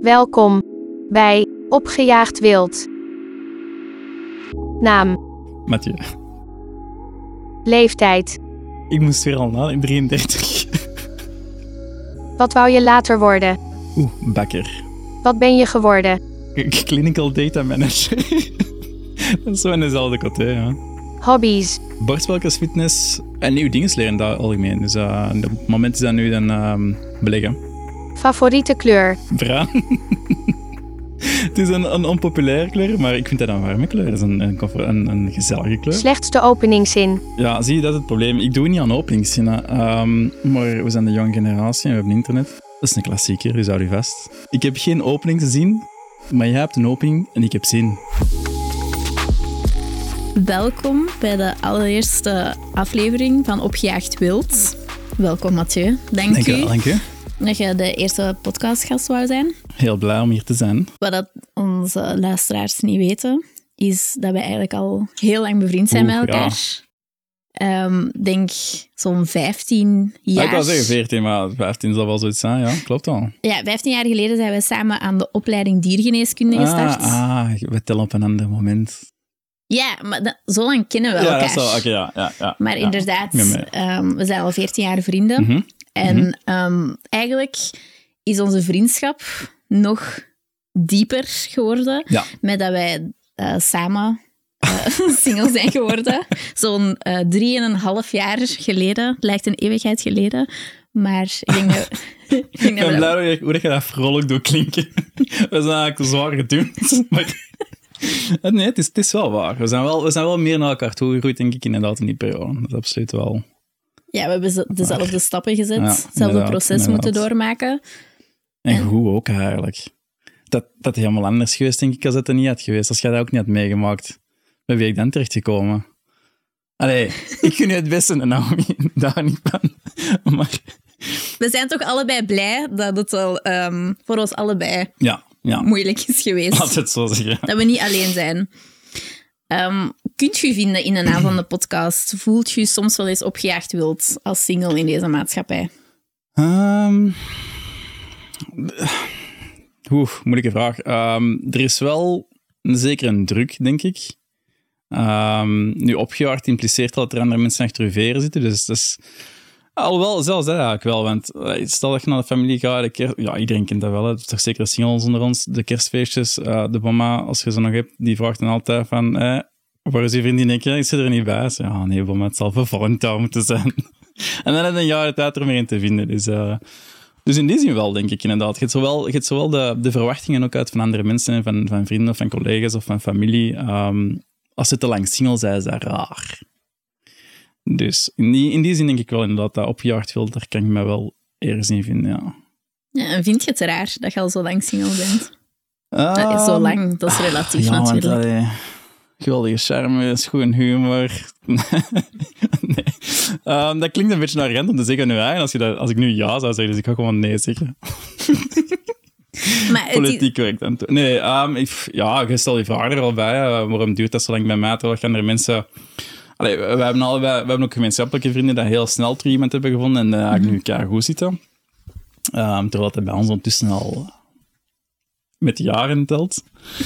Welkom bij Opgejaagd Wild. Naam, Mathieu. leeftijd. Ik moest weer al na, 33. Wat wou je later worden? Bakker. Wat ben je geworden? Clinical data manager. Dat is zo in dezelfde coté, ja. Hobby's, Borstspelkens, fitness en nieuwe dingen leren daar algemeen. Dus op het moment is dat nu dan beleggen. favoriete kleur. Bruin. Het is een onpopulaire kleur, maar ik vind dat een warme kleur. Dat is een gezellige kleur. Slechtste openingszin. Ja, zie je, dat is het probleem. Ik doe niet aan openingszinnen. Maar we zijn de jonge generatie en we hebben internet. Dat is een klassieker, dus hou je vast. Ik heb geen openingszin, maar jij hebt een opening en ik heb zin. Welkom bij de allereerste aflevering van Opgejaagd Wild. Welkom Mathieu, dank u dat je de eerste podcastgast wou zijn. Heel blij om hier te zijn. Wat dat onze luisteraars niet weten, is dat wij eigenlijk al heel lang bevriend zijn met elkaar. Denk zo'n 15 jaar. Ik wou zeggen 14, maar 15 zal wel zoiets zijn, ja, klopt al. Ja, 15 jaar geleden zijn we samen aan de opleiding diergeneeskunde gestart. We tellen op een ander moment. Ja, maar zo lang kennen we elkaar. Ja, dat is wel, oké, ja. Maar inderdaad, we zijn al 14 jaar vrienden. Mm-hmm. En eigenlijk is onze vriendschap nog dieper geworden. Ja. Met dat wij samen single zijn geworden. Zo'n 3,5 jaar geleden. Het lijkt een eeuwigheid geleden. Maar ik denk dat... Ik ben blij hoe dat je dat vrolijk doet klinken. We zijn eigenlijk te zwaar gedoemd. Maar... Nee, het is wel waar. We zijn wel meer naar elkaar toegegroeid, denk ik, inderdaad, in die periode. Dat is absoluut wel... Ja, we hebben dezelfde stappen gezet. Ja, hetzelfde proces moeten doormaken. En goed ook, eigenlijk. Dat is helemaal anders geweest, denk ik, als het er niet had geweest. Als jij dat ook niet had meegemaakt. Waar ben ik dan terechtgekomen? Allee, ik gun je het beste en Naomi, daar niet van. Maar... We zijn toch allebei blij dat het wel voor ons allebei moeilijk is geweest. Laat het zo zeggen. Dat we niet alleen zijn. Kunt je vinden in de naam van de podcast? Voelt je soms wel eens opgejaagd wild als single in deze maatschappij? Moeilijke vraag. Er is wel zeker een druk, denk ik. Nu, opgejaagd impliceert dat er andere mensen achter je veren zitten. Dus dat is... Alhoewel, zelfs dat eigenlijk wel. Want stel dat je naar de familie gaat, iedereen kent dat wel. Het is toch zeker singles onder ons. De kerstfeestjes, de mama, als je ze nog hebt, die vraagt dan altijd van... waar is je vriendin? Ik zit er niet bij. Ja, nee, mama, het zal voor Valentijn moeten zijn. En dan heb je een jaar de tijd er meer in te vinden. Dus in die zin wel, denk ik, inderdaad. Je hebt zowel de verwachtingen ook uit van andere mensen, van vrienden of van collega's of van familie. Als ze te lang single zijn, is dat raar. Dus in die zin denk ik wel inderdaad dat opgejaagd wil, daar kan ik me wel ergens in vinden, ja. Ja, en vind je het raar dat je al zo lang single bent? Zo lang, dat is relatief natuurlijk. Want, geweldige charme, schoon humor. Nee. Dat klinkt een beetje arrogant om te zeggen nu eigenlijk, als ik nu ja zou zeggen, dus ik ga gewoon nee zeggen. Maar politiek correct antwoord. Nee, je stelt je vraag er al bij. Waarom duurt dat zo lang bij mij? Terwijl andere mensen... we hebben ook gemeenschappelijke vrienden die heel snel terug iemand hebben gevonden en eigenlijk nu elkaar goed zitten. Terwijl het bij ons ondertussen al met jaren telt.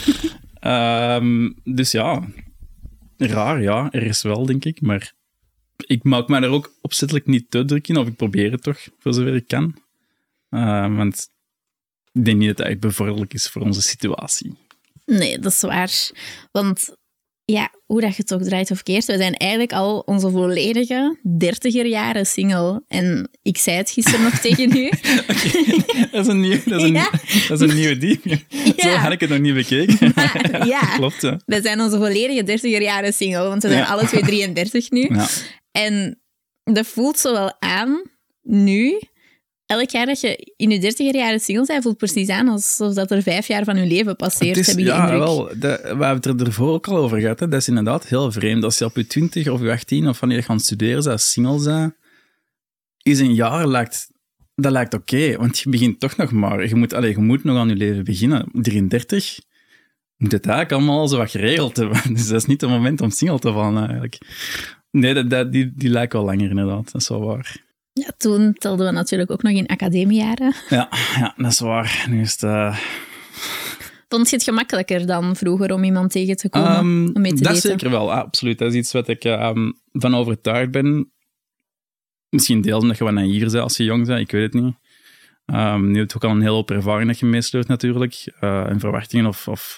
Dus ja, raar, ja. Er is wel, denk ik. Maar ik maak me er ook opzettelijk niet te druk in. Of ik probeer het toch, voor zover ik kan. Want ik denk niet dat het echt bevorderlijk is voor onze situatie. Nee, dat is waar. Want... Ja, hoe dat je het ook draait of keert, we zijn eigenlijk al onze volledige 30er jaren single. En ik zei het gisteren nog tegen u. Okay. Dat is een nieuwe diep. Zo had ik het nog niet bekeken. Maar, ja, klopt. Ja. We zijn onze volledige 30er jaren single, want we zijn alle twee 33 nu. Ja. En dat voelt zo wel aan, nu... Elk jaar dat je in je 30er jaren single bent, voelt precies aan alsof dat er 5 jaar van je leven passeert, heb je indruk. Wel. We hebben het er ervoor ook al over gehad. Hè. Dat is inderdaad heel vreemd. Als je op je 20 of je 18 of wanneer je gaat studeren bent, als single bent, is een jaar lijkt oké, want je begint toch nog maar. Je moet nog aan je leven beginnen. 33 moet het eigenlijk allemaal zo wat geregeld hebben. Dus dat is niet het moment om single te vallen, eigenlijk. Nee, die lijkt wel langer, inderdaad. Dat is wel waar. Ja, toen telden we natuurlijk ook nog in academiejaren. Ja, dat is waar. Nu is het Vond je het gemakkelijker dan vroeger om iemand tegen te komen? Om mee te dat daten? zeker wel, absoluut. Dat is iets wat ik van overtuigd ben. Misschien deels omdat je wat naïver bent als je jong bent, ik weet het niet. Nu heb je ook al een hele hoop ervaring dat je meesleurt natuurlijk. En verwachtingen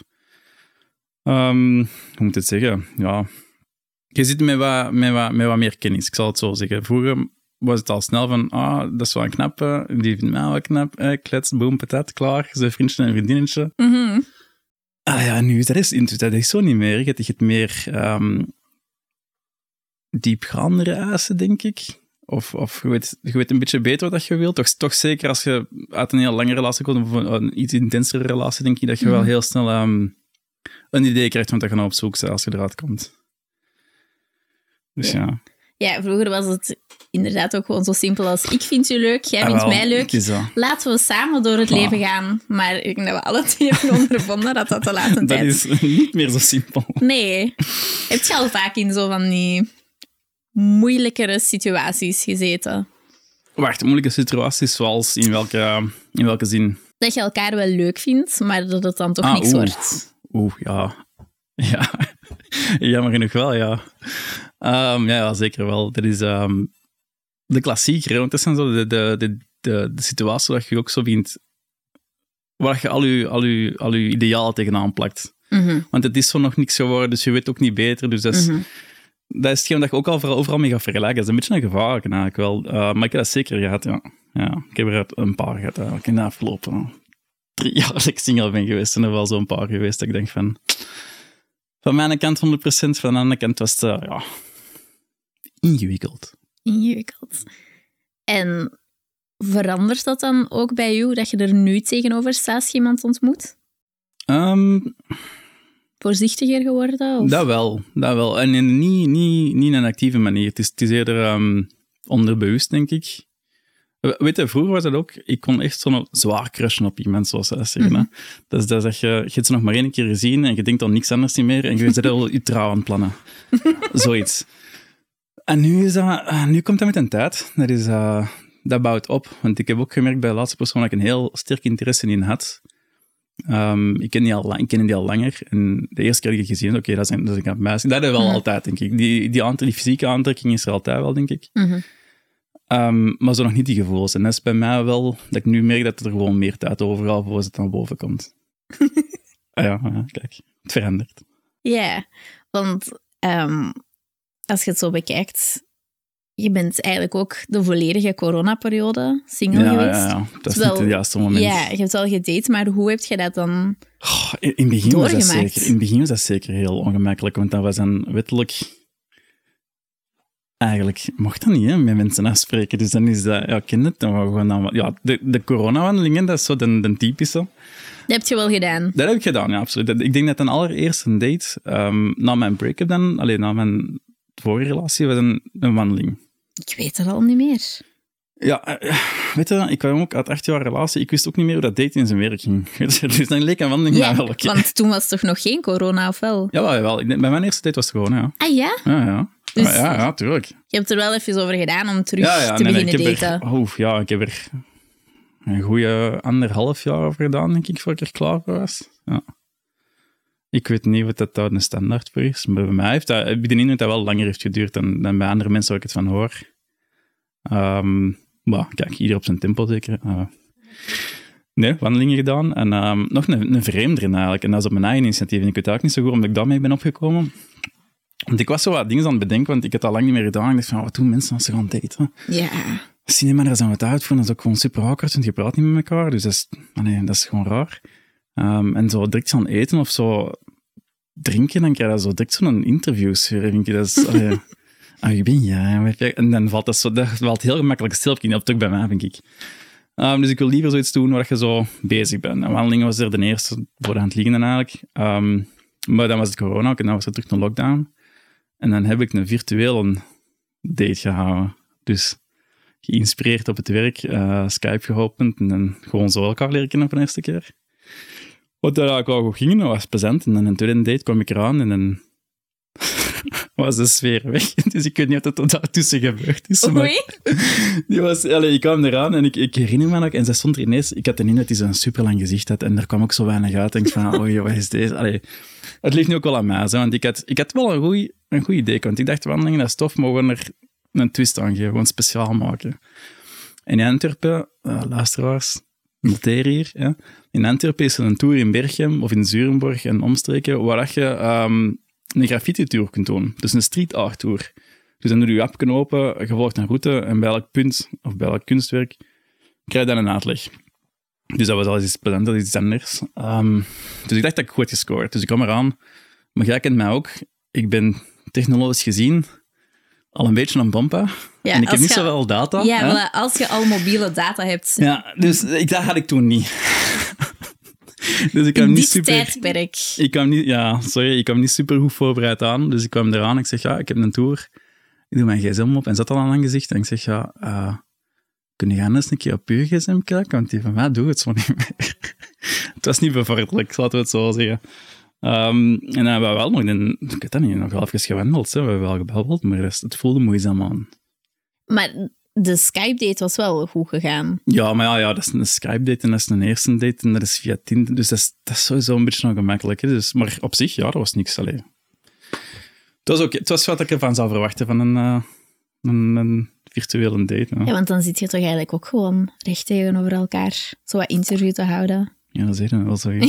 hoe moet ik het zeggen? Ja, je zit met wat meer kennis, ik zal het zo zeggen. Vroeger was het al snel van, dat is wel een knappe, die vindt mij wel knap, klets, boem, patat, klaar, zijn vriendje en vriendinnetje. Mhm. Nu, dat is zo niet meer. Je hebt meer diepgaandere eisen, denk ik. Of je weet een beetje beter wat je wilt. Toch zeker als je uit een heel lange relatie komt, of een iets intensere relatie, denk ik dat je wel heel snel een idee krijgt van wat je nou op zoek bent als je eruit komt. Dus ja. Ja, vroeger was het inderdaad ook gewoon zo simpel als ik vind je leuk, jij vindt mij leuk. Laten we samen door het leven gaan. Maar ik denk dat we alle twee hebben ondervonden dat de laatste tijd... Dat is niet meer zo simpel. Nee. Heb je al vaak in zo van die moeilijkere situaties gezeten? Wacht, moeilijke situaties zoals in welke zin? Dat je elkaar wel leuk vindt, maar dat het dan toch niks wordt. Ja. Ja, jammer genoeg wel, ja. Ja, zeker wel. Dat is de klassieker, hè, want dat zijn zo de situatie dat je ook zo vindt, waar je al je idealen tegenaan plakt. Mm-hmm. Want het is zo nog niks geworden, dus je weet ook niet beter. Dus dat is, dat is hetgeen dat je ook overal mee gaat vergelijken. Dat is een beetje een gevaarlijk eigenlijk wel. Maar ik heb dat zeker gehad, ja. Ik heb er een paar gehad eigenlijk in de afgelopen 3 jaar dat ik single ben geweest. En er wel zo'n paar geweest dat ik denk van mijn kant 100%, van de andere kant was het ingewikkeld. Ingewikkeld. En verandert dat dan ook bij jou, dat je er nu tegenover staat als je iemand ontmoet? Voorzichtiger geworden? Of? Dat wel. En niet in een actieve manier. Het is eerder onderbewust, denk ik. Weet je, vroeger was dat ook... Ik kon echt zo'n zwaar crushen op iemand, zoals ze dat zeggen. Mm-hmm. Dus dat zeg je hebt ze nog maar 1 keer gezien en je denkt aan niks anders niet meer en je zit al je trouw aan het plannen. Zoiets. En nu komt dat met een tijd. Dat bouwt op. Want ik heb ook gemerkt bij de laatste persoon dat ik een heel sterk interesse in had. Ik ken die al langer. En de eerste keer dat ik gezien heb, oké, dat is een knap meisje. Dat is wel altijd, denk ik. Die fysieke aantrekking is er altijd wel, denk ik. Mm-hmm. Maar zo nog niet die gevoelens. En dat is bij mij wel dat ik nu merk dat er gewoon meer tijd overal voor het naar boven komt. Ja, kijk. Het verandert. Ja, want als je het zo bekijkt, je bent eigenlijk ook de volledige coronaperiode single geweest. Ja, dat is niet het juiste moment. Ja, je hebt wel gedate, maar hoe heb je dat dan in het begin was dat zeker heel ongemakkelijk, want dat was dan wettelijk... Eigenlijk mocht dat niet, hè, met mensen afspreken. Dus dan is dat... Ja, ik ken het. De coronawandelingen, dat is zo de typische. Dat heb je wel gedaan? Dat heb ik gedaan, ja, absoluut. Ik denk dat een allereerste date, na mijn break-up dan, na mijn vorige relatie, was een wandeling. Ik weet het al niet meer. Ja, weet je, ik kwam ook uit 8 jaar relatie. Ik wist ook niet meer hoe dat date in zijn werk ging. Dus dan leek een wandeling mij wel oké. Want toen was toch nog geen corona, of wel? Jawel. Bij mijn eerste date was het gewoon, ja. Ah, ja? Ja. Dus, ja, tuurlijk. Je hebt er wel even over gedaan om terug te beginnen daten. Ik heb er een goede 1,5 jaar over gedaan, denk ik, voor ik er klaar voor was. Ja. Ik weet niet wat dat daar een standaard voor is, maar bij mij heb ik de indruk dat wel langer heeft geduurd dan bij andere mensen waar ik het van hoor. Maar kijk, ieder op zijn tempo zeker. Nee, wandelingen gedaan. En nog een vreemder eigenlijk. En dat is op mijn eigen initiatief. En ik weet eigenlijk niet zo goed omdat ik daarmee ben opgekomen. Want ik was zo wat dingen aan het bedenken, want ik had dat lang niet meer gedaan. Ik dacht van, wat doen mensen als ze gaan daten? Ja. Cinema, daar zijn we het uitvoeren. Dat is ook gewoon super awkward, want je praat niet met elkaar. Dus dat is gewoon raar. En zo direct gaan eten of zo drinken, dan krijg je zo direct zo'n interviewsfeer. Denk je, dat is... wie ben jij? En dan valt dat valt heel gemakkelijk stil op druk bij mij, denk ik. Dus ik wil liever zoiets doen waar je zo bezig bent. En wandelingen was er de eerste voor aan het liggen eigenlijk. Maar dan was het corona ook en dan was het terug een lockdown. En dan heb ik een virtuele date gehouden. Dus geïnspireerd op het werk, Skype geopend en dan gewoon zo elkaar leren kennen voor de eerste keer. Wat daar eigenlijk wel goed ging, dat was plezant. En dan een tweede date kwam ik eraan en dan... was de sfeer weg. Dus ik weet niet wat er daartussen gebeurd is. Oei. Ik kwam eraan en ik herinner me nog, en zij stond er ineens, ik had de indruk dat hij zo'n superlang gezicht had en er kwam ook zo weinig uit. En ik van, oei, wat is deze? Allee, het ligt nu ook wel aan mij, hè, want ik had wel een goed idee, want ik dacht, wandelingen, dat is tof, maar we gaan er een twist aan geven, gewoon speciaal maken. En in Antwerpen, luisteraars, noteer hier, ja. In Antwerpen is er een tour in Berchem of in Zurenborg en omstreken, waar je een graffiti-tour kunt doen. Dus een street art tour. Dus dan doe je je app open, je volgt een route en bij elk punt of bij elk kunstwerk krijg je dan een uitleg. Dus dat was al iets plezanter, iets anders. Dus ik dacht dat ik goed gescoord. Dus ik kwam eraan. Maar jij kent mij ook. Ik ben technologisch gezien al een beetje een bompa. Ja, en ik heb niet zoveel data. Ja, als je al mobiele data hebt. Ja, dus dat had ik toen niet. Dus ik kwam niet super... tijdperk. Ik kwam niet super goed voorbereid aan. Dus ik kwam eraan en ik zeg, ja, ik heb een tour. Ik doe mijn gsm op en zat al aan een gezicht. En ik zeg, ja, kun je eens een keer op je gsm kijken? Want die van mij doet het zo niet meer. Het was niet bevorderlijk, laten we het zo zeggen. En dan hebben we wel nog, ik weet dat niet, nog wel even gewandeld. We hebben wel gebabbeld, maar het voelde moeizaam aan. Maar de Skype-date was wel goed gegaan. Ja, maar ja, dat is een Skype-date en dat is een eerste date en dat is via Tinder. Dus dat is sowieso een beetje ongemakkelijk. Hè? Dus, maar op zich, ja, dat was niks. Allee. Het was wat ik ervan zou verwachten van een virtuele date. Ja. Ja, want dan zit je toch eigenlijk ook gewoon recht tegenover elkaar zo wat interview te houden. Ja, dat is wel zo.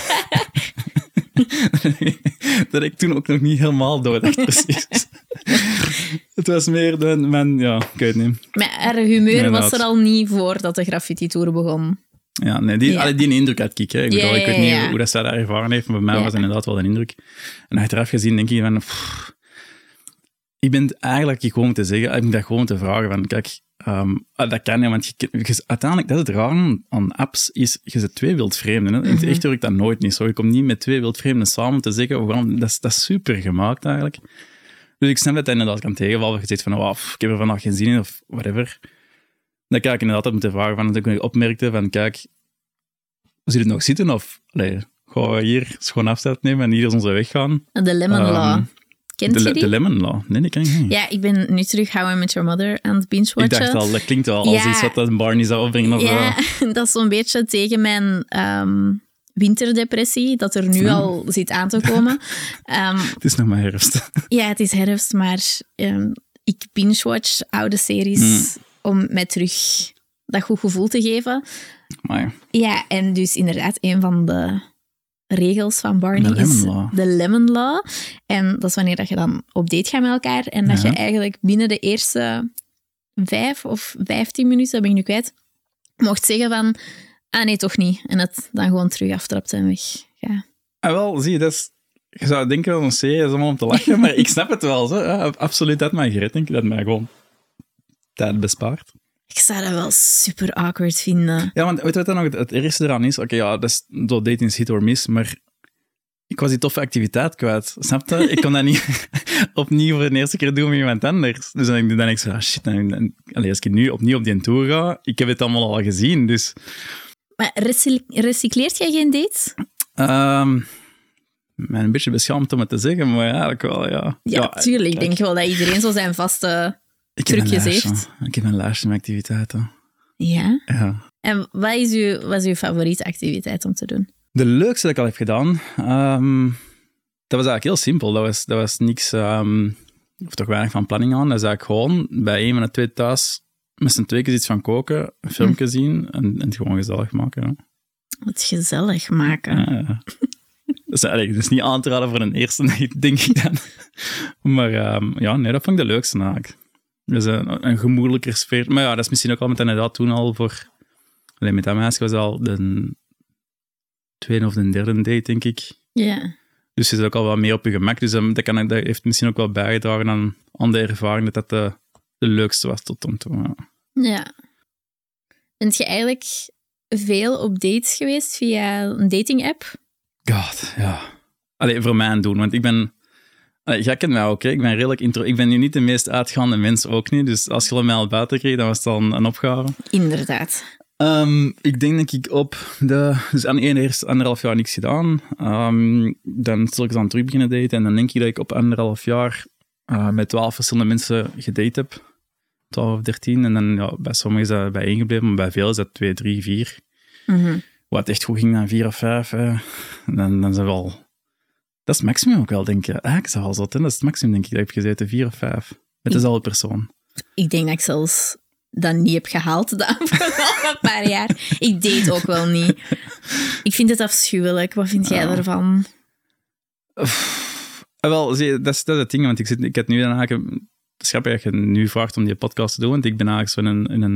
Dat ik toen ook nog niet helemaal doordacht, precies. Het was meer ja, ik weet het niet. Maar haar humeur was er al niet voordat de graffiti-tour begon. Ja, nee, die indruk had ik. Hè. Ik weet niet hoe dat zij dat ervaren heeft, maar bij mij was het inderdaad wel een indruk. En achteraf gezien denk ik van... ik ben eigenlijk gewoon te zeggen, ik moet dat gewoon te vragen van, kijk, dat kan niet, want uiteindelijk, dat is het raar aan apps, is je zit twee wildvreemden. Hè. In het echt werkt dat nooit niet zo. Je komt niet met twee wildvreemden samen te zeggen, dat is super gemaakt eigenlijk. Dus ik snap dat hij inderdaad kan tegenvallen. Je zegt van, ik heb er vandaag geen zin in, of whatever. Dan kan ik inderdaad moeten vragen van, dat ik opmerkte van, kijk, zit het nog zitten? Of, gaan we hier schoon afstand nemen en hier is onze weg gaan? De Lemon Law. Kent je die? De Lemon Law? Nee, die ken ik niet. Ja, ik ben nu terug How I Met Your Mother aan het binge-watchen. Ik dacht al, dat klinkt wel als iets wat een Barney zou opbrengen. Of, dat is zo'n beetje tegen mijn winterdepressie, dat er nu al zit aan te komen. Het is nog maar herfst. Ja, het is herfst, maar ik binge-watch oude series om mij terug dat goed gevoel te geven. Maar. Ja, en dus inderdaad, een van de regels van Barney is de Lemon Law. En dat is wanneer dat je dan op date gaat met elkaar en dat je eigenlijk binnen de eerste 5 of 15 minuten, dat ben ik nu kwijt, mocht zeggen van, nee, toch niet. En het dan gewoon terug aftrapt en weg. Ja. Wel, zie je, je zou denken dat een serie is allemaal om te lachen, maar ik snap het wel. Zo. Ja, absoluut, dat mij gered, denk ik. Dat mij gewoon tijd bespaart. Ik zou dat wel super awkward vinden. Ja, want weet je wat dan nog het eerste eraan is? Oké, ja, dat is door dating is hit or miss, maar ik was die toffe activiteit kwijt. Snap je? Ik kon dat niet opnieuw voor de eerste keer doen met iemand anders. Dus dan denk ik zo, shit, als ik nu opnieuw op die tour ga, ik heb het allemaal al gezien, dus... Maar recycleert jij geen dates? mij een beetje beschaamd om het te zeggen, maar eigenlijk wel, ja. Ja, tuurlijk. Ik denk wel dat iedereen zo zijn vaste trucjes heeft. Ik heb een lijstje met activiteiten. Ja? Ja. En wat is uw favoriete activiteit om te doen? De leukste dat ik al heb gedaan, dat was eigenlijk heel simpel. Dat was niks, of toch weinig van planning aan. Dat is eigenlijk gewoon bij een van de twee thuis met z'n twee keer iets van koken, een filmpje zien en het gewoon gezellig maken. Ja. Het gezellig maken. Ja. Dat is niet aan te raden voor een eerste date, denk ik dan. Maar dat vond ik de leukste eigenlijk. Dus een gemoedelijker sfeer. Maar ja, dat is misschien ook al met inderdaad toen al voor... Alleen met dat meisje was al de tweede of de derde date, denk ik. Ja. Dus je zit ook al wat meer op je gemak. Dus dat heeft misschien ook wel bijgedragen aan de ervaring dat de leukste was tot dan toe. Ja. Bent je eigenlijk veel op dates geweest via een dating-app? God, ja. Allee, voor mij doen, want ik ben... Jij kent mij ook, hè? Ik ben redelijk intro. Ik ben nu niet de meest uitgaande mens, ook niet. Dus als je mij al buiten kreeg, dan was het al een opgave. Inderdaad. Ik denk dat ik dus aan eerst 1,5 jaar niks gedaan. Dan zal ik dan terug beginnen daten. En dan denk ik dat ik op 1,5 jaar met 12 verschillende mensen gedate heb. 12 of 13. En dan bij sommigen is dat bij 1 gebleven, maar bij veel is dat 2, 3, 4. Mm-hmm. Wat echt goed ging, dan 4 of 5. En dan is dat wel... Dat is het maximum ook wel, denk ik. Eigenlijk is dat wel zo. Dat is het maximum, denk ik, dat ik heb gezeten. 4 of 5. Met dezelfde persoon. Ik denk dat ik zelfs dat niet heb gehaald de afgelopen paar jaar. Ik date ook wel niet. Ik vind het afschuwelijk. Wat vind jij ervan? Wel, zie, dat is het ding, want ik heb nu dan eigenlijk... Het is grappig dat je nu vraagt om die podcast te doen, want ik ben eigenlijk zo in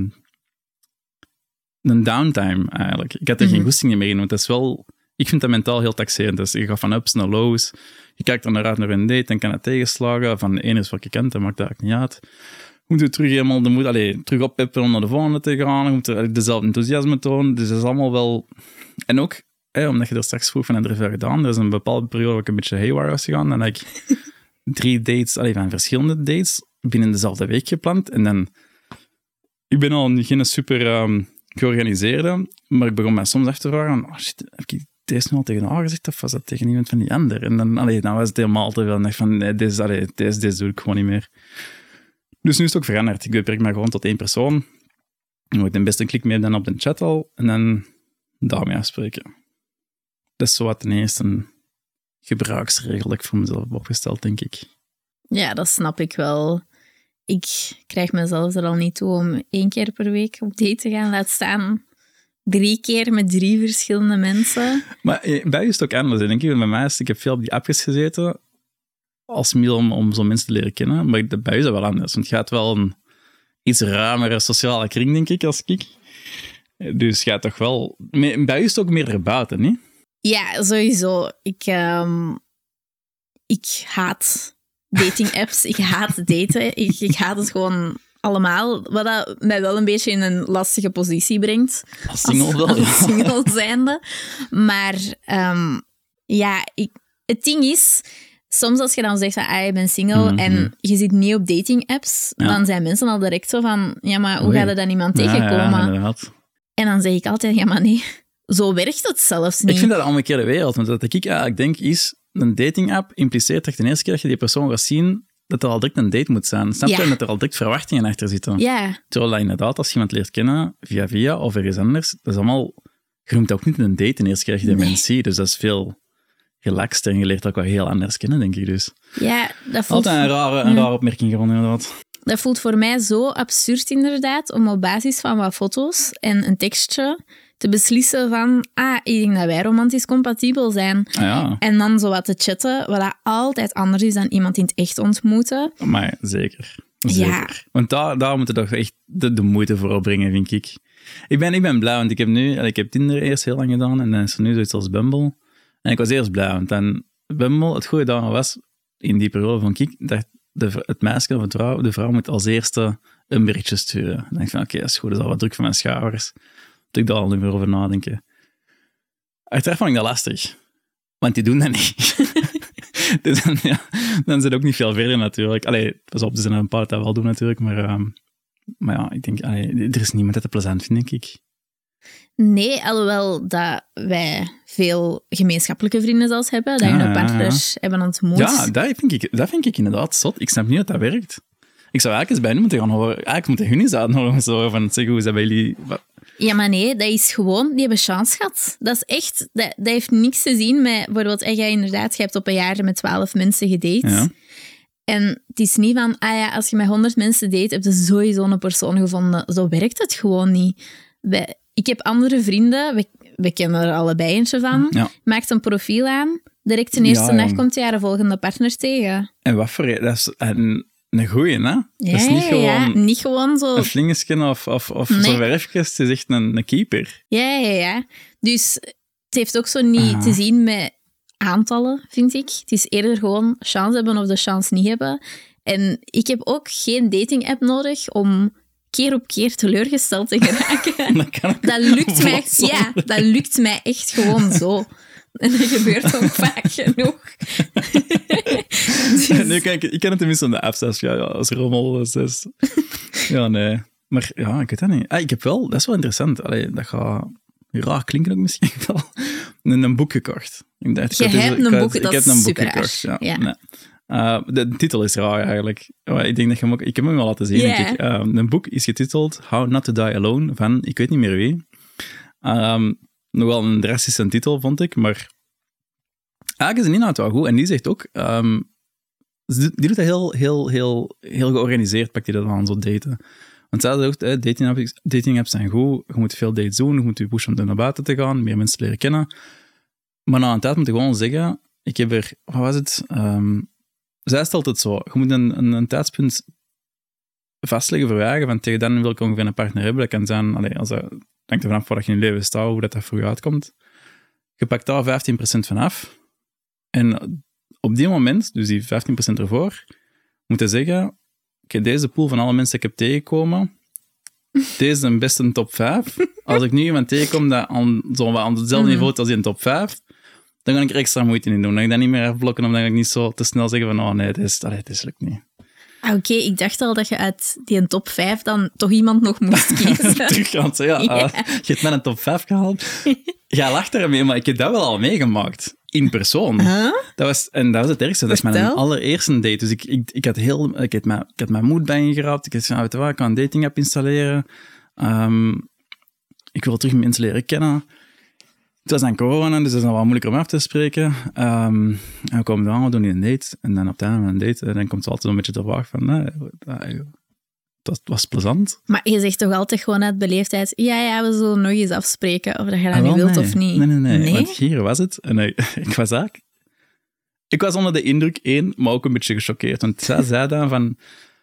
een downtime, eigenlijk. Ik had er geen goesting meer in, want dat is wel... Ik vind dat mentaal heel taxerend. Dus je gaat van ups naar lows. Je kijkt dan naar een date, dan kan het tegenslagen. Van de ene is wat je kent, dat maakt eigenlijk niet uit. Je moet terug helemaal terug oppeppen om naar de volgende te gaan. Je moet er dezelfde enthousiasme tonen. Dus dat is allemaal wel... En ook, omdat je er straks vroeg van, heb je gedaan? Er is een bepaalde periode waar ik een beetje haywire was gegaan. Dan heb ik 3 dates, van verschillende dates, binnen dezelfde week gepland. En dan... Ik ben al geen super georganiseerde, maar ik begon mij soms af te vragen, heb ik deze nu al tegen haar gezegd of was dat tegen iemand van die ander? En dan was het helemaal te veel. En dacht van, nee, deze doe ik gewoon niet meer. Dus nu is het ook veranderd. Ik beperk me gewoon tot 1 persoon. Dan moet ik de beste klik mee dan op de chat al en dan daarmee afspreken. Dat is zo wat ten eerste een gebruiksregel dat ik voor mezelf heb opgesteld, denk ik. Ja, dat snap ik wel. Ik krijg mezelf er al niet toe om 1 keer per week op date te gaan. Laat staan 3 keer met 3 verschillende mensen. Maar bij je is het ook anders, denk ik. Bij mij is, ik heb veel op die appjes gezeten als middel om zo'n mensen te leren kennen. Maar bij je is dat wel anders. Want je gaat wel een iets ruimere sociale kring, denk ik, als ik. Dus je gaat toch wel... Bij je is het ook meer erbuiten, niet? Ja, sowieso. Ik haat dating apps. Ik haat daten. Ik haat het gewoon allemaal. Wat dat mij wel een beetje in een lastige positie brengt. Als single wel, ja. Als single zijnde. Maar het ding is... Soms als je dan zegt van, je bent single en je zit niet op dating apps, dan zijn mensen al direct zo van, ja, maar hoe gaat er dan iemand tegenkomen? Ja, en dan zeg ik altijd, ja, maar nee, zo werkt het zelfs niet. Ik vind dat allemaal een keer de wereld. Want wat ik eigenlijk denk is, een dating app impliceert dat de eerste keer dat je die persoon gaat zien, dat er al direct een date moet zijn. Snap je? En dat er al direct verwachtingen achter zitten. Ja. Terwijl dat inderdaad, als je iemand leert kennen, via of ergens anders, dat is allemaal... Je noemt ook niet een date de eerste keer dat je die mensen ziet. Dus dat is veel... relaxed en je leert ook wel heel anders kennen, denk ik dus. Ja, dat voelt... Altijd een rare opmerking gewoon, inderdaad. Dat voelt voor mij zo absurd, inderdaad, om op basis van wat foto's en een tekstje te beslissen van, ik denk dat wij romantisch compatibel zijn. Ja. En dan zo wat te chatten, wat dat altijd anders is dan iemand in het echt ontmoeten. Maar zeker. Ja. Want daar moet je toch echt de moeite voor opbrengen, vind ik. Ik ben blij, want ik heb Tinder eerst heel lang gedaan en dan is er nu zoiets als Bumble. En ik was eerst blij, want dan Bumble, het goede daarvan was, in die periode van ik, dat het meisje of de vrouw moet als eerste een berichtje sturen. Dan denk ik van, oké, dat is goed, dat is al wat druk van mijn schouders. Moet ik daar al niet meer over nadenken. Uiteraard vond ik dat lastig, want die doen dat niet. Dus dan zit het ook niet veel verder natuurlijk. Pas op, er zijn een paar dat wel doen natuurlijk, maar ja, ik denk, er is niemand dat het plezant vindt, denk ik. Nee, alhoewel dat wij veel gemeenschappelijke vrienden zelfs hebben, dat hun partners hebben ontmoet. Ja, dat vind ik inderdaad zot. Ik snap niet dat dat werkt. Ik zou eigenlijk eens bij hen moeten gaan horen. Eigenlijk moeten hun eens uitnodigen zo van, zeg, hoe is dat bij jullie? Ja, maar nee, dat is gewoon, die hebben chance gehad. Dat is echt, dat heeft niks te zien met, bijvoorbeeld, je hebt op een jaar met 12 mensen gedate. Ja. En het is niet van, als je met 100 mensen date, heb je sowieso een persoon gevonden. Zo werkt het gewoon niet. Ik heb andere vrienden, we kennen er allebei eentje van. Ja. Maakt een profiel aan, direct de eerste dag komt hij haar volgende partner tegen. En wat voor... Dat is een goeie, hè? Ja, dat is niet gewoon zo... Een slingersken of nee. Zo werfjes, het is echt een keeper. Ja. Dus het heeft ook zo niet te zien met aantallen, vind ik. Het is eerder gewoon chance hebben of de chance niet hebben. En ik heb ook geen dating-app nodig om... keer op keer teleurgesteld te geraken. Dat lukt mij echt gewoon zo. En dat gebeurt ook vaak genoeg. Dus... Nu ik ken het tenminste aan de apps, als rommel. Dus... Ja, nee. Maar ja, ik weet dat niet. Ik heb wel, dat is wel interessant. Dat gaat raar klinken ook misschien wel. Een boek gekocht. Ik dacht, je hebt een boek, dat is super raar. Ja. Nee. De titel is raar eigenlijk. Maar ik denk dat je hem ook... Ik heb hem wel laten zien, denk ik. Een boek is getiteld How Not to Die Alone van, ik weet niet meer wie. Nogal een drastische titel, vond ik, maar eigenlijk is de inhoud wel goed. En die zegt ook... die doet dat heel georganiseerd, pakt hij dat aan, zo daten. Want zij zegt ook, dating apps zijn goed, je moet veel dates doen, je moet je pushen om naar buiten te gaan, meer mensen leren kennen. Maar na een tijd moet je gewoon zeggen, ik heb er... Wat was het? Zij stelt het zo, je moet een tijdspunt vastleggen voor je eigen, van tegen dan wil ik ongeveer een partner hebben. Dat kan zijn, als dat hangt er vanaf waar je in je leven staat, hoe dat voor je uitkomt. Je pakt daar 15% van af. En op die moment, dus die 15% ervoor, moet je zeggen, oké, deze pool van alle mensen die ik heb tegengekomen, deze is een best een top 5. Als ik nu iemand tegenkom dat aan hetzelfde niveau is als die een top 5, dan ga ik er extra moeite in doen. Dan ga ik dat niet meer afblokken, omdat ik niet zo te snel zeggen van, oh nee, dit lukt niet. Oké, ik dacht al dat je uit die top 5 dan toch iemand nog moest kiezen. Terug gaan ze, ja. Je hebt mij een top 5 gehaald. Jij lacht ermee, maar ik heb dat wel al meegemaakt. In persoon. Huh? Dat was het ergste. Dat is mijn allereerste date. Dus ik had mijn moed bijeengeraapt. Ik had gezegd, ik kan een dating app installeren. Ik wil terug mensen leren kennen. Het was dan corona, dus dat is dan wel moeilijker om af te spreken. En we komen aan, we doen een date. En dan op het einde van een date, dan komt ze altijd een beetje te vraag van... dat was plezant. Maar je zegt toch altijd gewoon uit beleefdheid... Ja, we zullen nog eens afspreken of dat je dat nu wilt of niet. Nee. Want hier was het. En ik was onder de indruk, maar ook een beetje gechoqueerd. Want zij zei dan van...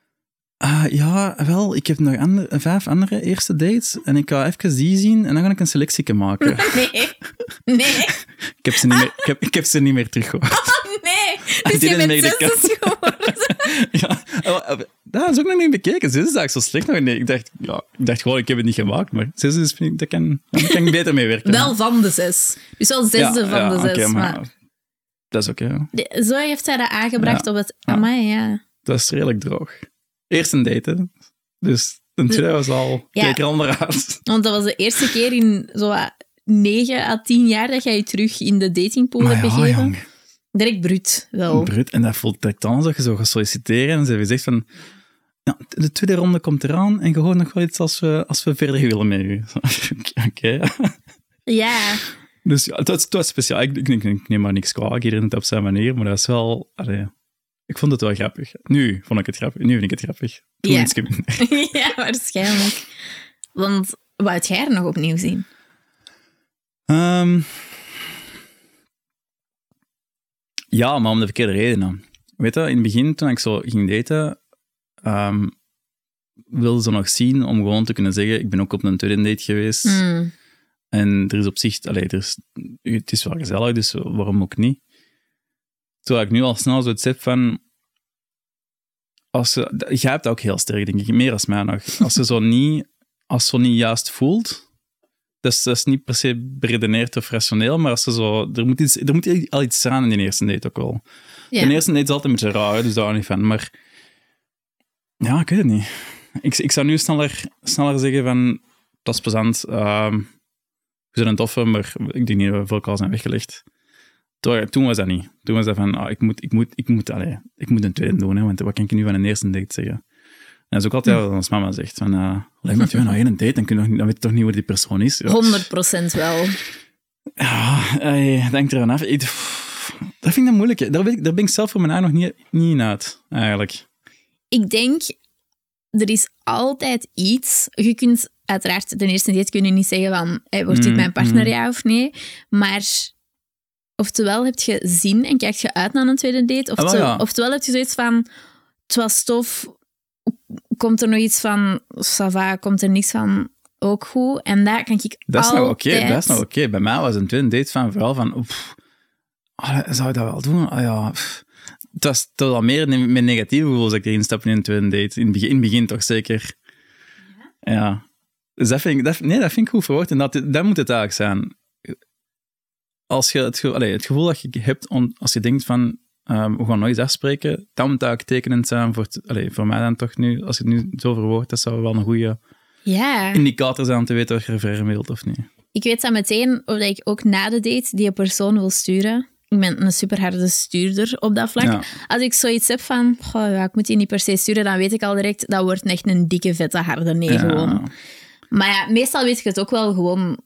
ik heb nog 5 andere eerste dates en ik ga even die zien en dan ga ik een selectie maken. Nee. Ik heb ze niet meer teruggehoord. Oh, nee. Dus je bent 6 geworden. Ja, dat is ook nog niet bekeken. 6 is eigenlijk zo slecht nog. Nee, ik dacht gewoon, ik heb het niet gemaakt, maar 6 is, daar kan ik beter mee werken. Wel van de 6. Dus wel 6e van de 6. Okay, maar dat is oké. Zo heeft hij dat aangebracht op het... Amai, ja. Dat is redelijk droog. Eerst een date, hè. Dus een tweede was al... Kijk er ander uit. Want dat was de eerste keer in zo 9 à 10 jaar dat jij je terug in de datingpool hebt begeven. Jong. Direct bruut, wel. Bruut, en dat voelt direct aan alsof je zo gaat solliciteren. En ze hebben gezegd van... Ja, de tweede ronde komt eraan en je hoort nog wel iets als we verder willen met u. Oké. Ja. Dus ja, het was speciaal. Ik neem maar niks kwalijk, iedereen op zijn manier, maar dat is wel... Ik vond het wel grappig. Nu vond ik het grappig. Nu vind ik het grappig. Toen iets minder. Ja, waarschijnlijk. Want wou jij er nog opnieuw zien? Ja, maar om de verkeerde redenen. Weet je, in het begin, toen ik zo ging daten, wilde ze nog zien om gewoon te kunnen zeggen, ik ben ook op een tweede date geweest. En er is op zich... het is wel gezellig, dus waarom ook niet? Terwijl ik nu al snel zoiets heb van... Jij hebt dat ook heel sterk, denk ik. Meer als mij nog. Als ze zo niet juist voelt... Dat is niet per se beredeneerd of rationeel, maar als ze zo... Er moet al iets aan in die eerste date ook wel. Ja. De eerste date is altijd een beetje raar, dus daar niet van. Maar... Ja, ik weet het niet. Ik zou nu sneller zeggen van... Dat is plezant. We zijn een toffe, maar ik denk niet dat we voor elkaar zijn weggelegd. Toen was dat niet. Toen was dat van, ik moet een tweede doen, hè, want wat kan ik nu van een eerste date zeggen? En dat is ook altijd wat ons mama zegt. Van, leg met je nou één date, dan weet je toch niet hoe die persoon is. Ja. 100% wel. Ja, denk eraan af. Dat vind ik moeilijk. Daar ben ik zelf voor mijn eigen nog niet in uit, eigenlijk. Ik denk, er is altijd iets... Je kunt uiteraard de eerste date kunnen niet zeggen van, wordt dit mijn partner, ja of nee? Maar... Oftewel heb je zin en kijk je uit naar een tweede date. Oftewel heb je zoiets van... Het was tof. Komt er nog iets van... Ça va, komt er niks van... Ook goed. En daar kan ik dat altijd... Dat is nog oké. Bij mij was een tweede date van vooral van... zou je dat wel doen? Het was toch al meer met negatieve gevoel als ik erin stap in een tweede date. In het begin toch zeker. Ja. Dus dat vind ik goed verwoord. En dat moet het eigenlijk zijn. Als je het gevoel dat je hebt, als je denkt van, we gaan nooit eens afspreken, dan moet dat ook tekenend zijn voor mij dan toch nu, als je het nu zo verwoordt, dat zou wel een goede indicator zijn om te weten of je er verder wilt of niet. Ik weet dan meteen of ik ook na de date die persoon wil sturen. Ik ben een superharde stuurder op dat vlak. Ja. Als ik zoiets heb van, ik moet die niet per se sturen, dan weet ik al direct, dat wordt echt een dikke, vette, harde nee gewoon. Maar ja, meestal weet ik het ook wel gewoon...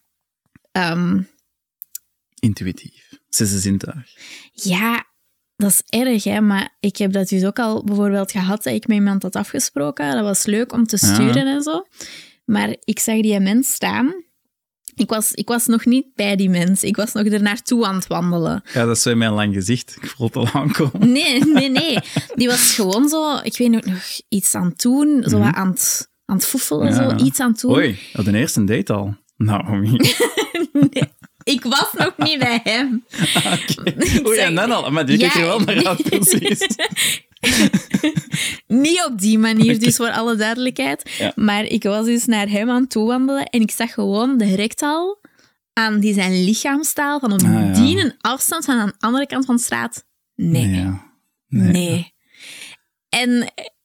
Intuïtief. Zesde zintuig. Ja, dat is erg, hè. Maar ik heb dat dus ook al bijvoorbeeld gehad, dat ik met iemand had afgesproken. Dat was leuk om te sturen en zo. Maar ik zag die mens staan. Ik was nog niet bij die mens. Ik was nog er naartoe aan het wandelen. Ja, dat is zo in mijn lang gezicht. Ik voel het al aankomen. Nee. Die was gewoon zo... Ik weet nog iets aan het doen. Zo wat aan het foefelen. Zo, iets aan het doen. Oei, op de eerste date al. Nou, Nee. Ik was nog niet bij hem. Okay. Oei, en dan al. Maar die kijk er wel naar uit, precies. Niet op die manier, dus voor alle duidelijkheid. Ja. Maar ik was dus naar hem aan het toewandelen en ik zag gewoon direct al aan die zijn lichaamstaal van op die een afstand van aan de andere kant van de straat. Nee. En...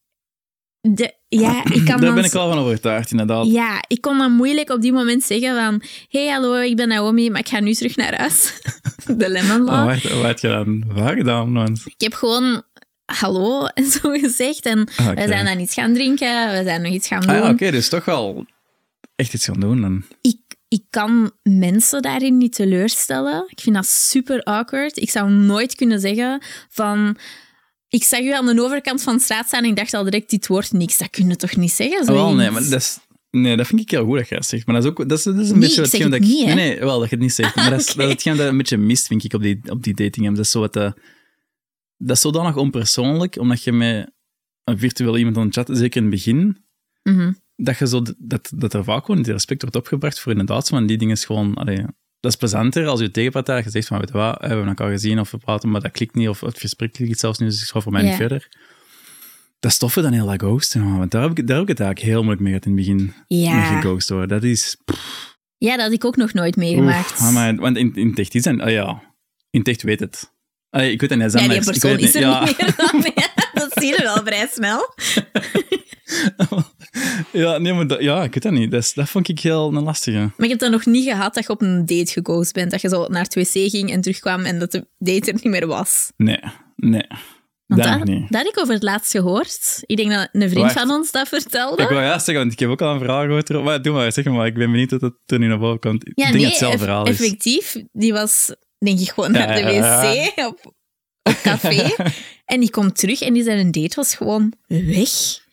ik kan daar ben ik wel van overtuigd, inderdaad. Ja, ik kon dan moeilijk op die moment zeggen van hey, hallo, ik ben Naomi, maar ik ga nu terug naar huis. De Lemon Law. Wat heb je dan waar gedaan? Want... Ik heb gewoon hallo en zo gezegd en we zijn dan iets gaan drinken, we zijn nog iets gaan doen. Oké, dus toch wel echt iets gaan doen dan. Ik kan mensen daarin niet teleurstellen. Ik vind dat super awkward. Ik zou nooit kunnen zeggen van... Ik zag u aan de overkant van de straat staan en ik dacht al direct, dit wordt niks. Dat kun je toch niet zeggen? Wel, nee, maar dat vind ik heel goed dat je dat zegt. Maar dat is een nee, beetje hetgeen dat ik... Niet, nee, wel, dat je het niet zegt. Maar dat is hetgeen dat een beetje mist, vind ik, op die dating apps. Dat is zo dat is zodanig onpersoonlijk, omdat je met een virtueel iemand aan het chatten, zeker in het begin, dat je zo... Dat er vaak gewoon niet respect wordt opgebracht voor inderdaad zo, en die dingen is gewoon... dat is plezanter als je tegenpartij gezegd van, weet je wat, we hebben elkaar gezien of we praten, maar dat klikt niet, of het gesprek klikt zelfs niet, dus ik ga voor mij niet verder. Dat is toffer dan heel dat ghosten, want daar heb ik het eigenlijk heel moeilijk mee gehad in het begin. Met geghost worden. Dat is... Ja, dat had ik ook nog nooit meegemaakt. Want in het echt is het... in het echt weet het. Ik weet het niet. Ja, die persoon is er niet meer dan mee. Dat zie je wel vrij snel. Ja, nee, maar ik weet dat niet. Dat vond ik heel een lastige. Maar ik heb dat nog niet gehad dat je op een date geghost bent. Dat je zo naar het wc ging en terugkwam en dat de date er niet meer was. Nee. Dat niet. Dat had ik over het laatst gehoord. Ik denk dat een vriend van ons dat vertelde. Ik wou zeggen, want ik heb ook al een verhaal gehoord. Maar doe maar, zeg maar. Ik ben benieuwd dat het er nu naar boven komt. Ik denk dat het zelf verhaal is. Effectief. Die was, denk ik, gewoon naar de wc op café. En die komt terug en zijn date was gewoon weg.